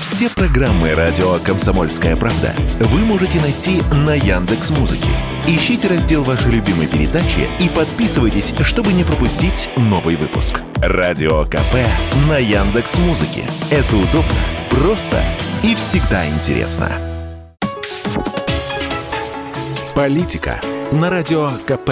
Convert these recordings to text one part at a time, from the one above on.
Все программы радио «Комсомольская правда» вы можете найти на Яндекс.Музыке. Ищите раздел вашей любимой передачи и подписывайтесь, чтобы не пропустить новый выпуск. Радио КП на Яндекс.Музыке. Это удобно, просто и всегда интересно. Политика на радио КП.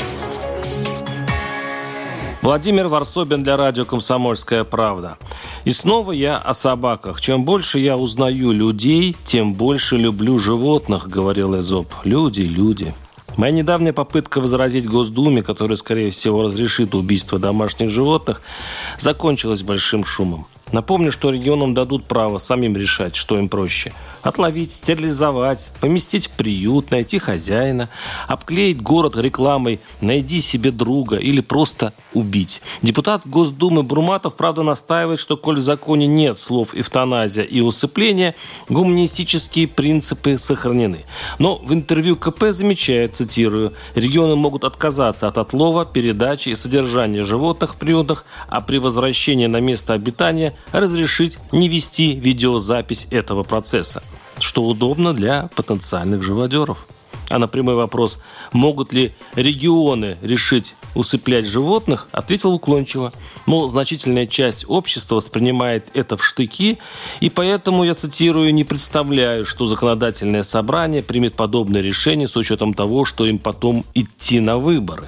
Владимир Варсобин для радио «Комсомольская правда». И снова я о собаках. Чем больше я узнаю людей, тем больше люблю животных, говорил Эзоп. Люди. Моя недавняя попытка возразить Госдуме, которая, скорее всего, разрешит убийство домашних животных, закончилась большим шумом. Напомню, что регионам дадут право самим решать, что им проще. Отловить, стерилизовать, поместить в приют, найти хозяина, обклеить город рекламой «найди себе друга» или просто убить. Депутат Госдумы Бурматов, правда, настаивает, что, коль в законе нет слов «эвтаназия» и «усыпление», гуманистические принципы сохранены. Но в интервью КП замечает, цитирую, «регионы могут отказаться от отлова, передачи и содержания животных в приютах, а при возвращении на место обитания разрешить не вести видеозапись этого процесса, что удобно для потенциальных живодеров». А на прямой вопрос, могут ли регионы решить усыплять животных, ответил уклончиво. Мол, значительная часть общества воспринимает это в штыки, и поэтому, я цитирую, не представляю, что законодательное собрание примет подобное решение с учетом того, что им потом идти на выборы.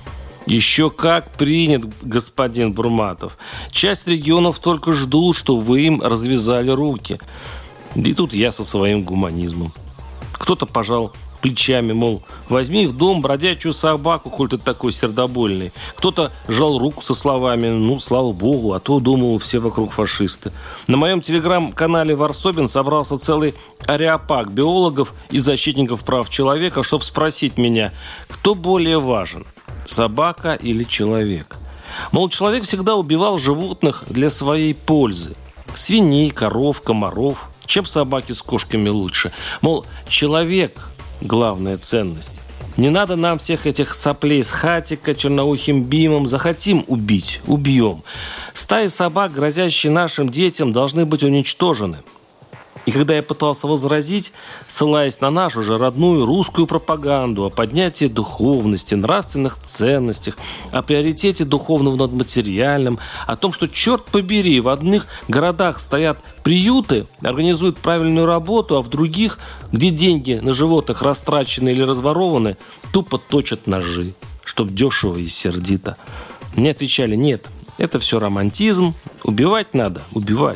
Еще как принят, господин Бурматов. Часть регионов только ждут, что вы им развязали руки. И тут я со своим гуманизмом. Кто-то пожал плечами, мол, возьми в дом бродячую собаку, коль ты такой сердобольный. Кто-то жал руку со словами, ну, слава богу, а то, думал, все вокруг фашисты. На моем телеграм-канале Варсобин собрался целый ареопаг биологов и защитников прав человека, чтобы спросить меня, кто более важен, собака или человек. Мол, человек всегда убивал животных для своей пользы. Свиней, коров, комаров. Чем собаки с кошками лучше? Мол, человек – главная ценность. Не надо нам всех этих соплей с хатика, черноухим бимом. Захотим убить – убьем. Стаи собак, грозящие нашим детям, должны быть уничтожены. И когда я пытался возразить, ссылаясь на нашу же родную русскую пропаганду о поднятии духовности, нравственных ценностях, о приоритете духовного над материальным, о том, что, черт побери, в одних городах стоят приюты, организуют правильную работу, а в других, где деньги на животных растрачены или разворованы, тупо точат ножи, чтоб дешево и сердито. Мне отвечали, нет, это все романтизм, убивать надо, убивать.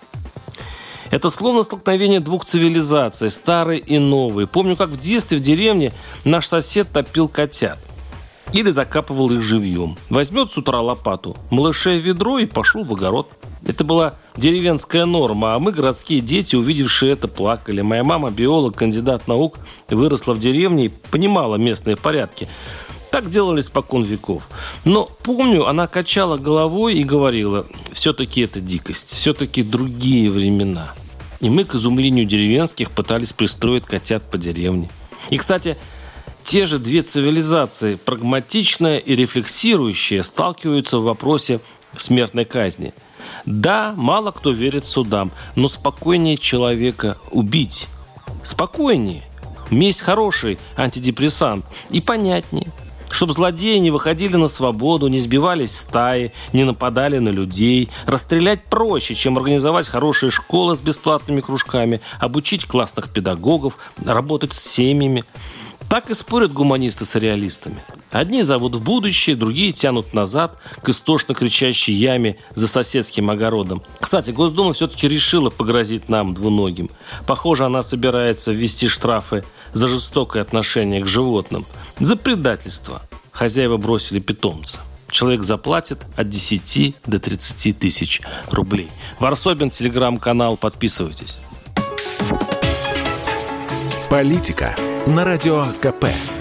Это словно столкновение двух цивилизаций, старой и новой. Помню, как в детстве в деревне наш сосед топил котят. Или закапывал их живьем. Возьмет с утра лопату, малышей в ведро и пошел в огород. Это была деревенская норма, а мы, городские дети, увидевшие это, плакали. Моя мама, биолог, кандидат наук, выросла в деревне и понимала местные порядки. Так делали испокон веков. Но помню, она качала головой и говорила, все-таки это дикость, все-таки другие времена. И мы, к изумлению деревенских, пытались пристроить котят по деревне. И, кстати, те же две цивилизации, прагматичная и рефлексирующая, сталкиваются в вопросе смертной казни. Да, мало кто верит судам, но спокойнее человека убить. Спокойнее. Месть хороший антидепрессант и понятнее. Чтобы злодеи не выходили на свободу, не сбивались в стаи, не нападали на людей. Расстрелять проще, чем организовать хорошие школы с бесплатными кружками, обучить классных педагогов, работать с семьями. Так и спорят гуманисты с реалистами. Одни зовут в будущее, другие тянут назад, к истошно кричащей яме за соседским огородом. Кстати, Госдума все-таки решила погрозить нам, двуногим. Похоже, она собирается ввести штрафы за жестокое отношение к животным. За предательство. Хозяева бросили питомца. Человек заплатит от 10 до 30 тысяч рублей. Варсобин, телеграм-канал, подписывайтесь. Политика на радио КП.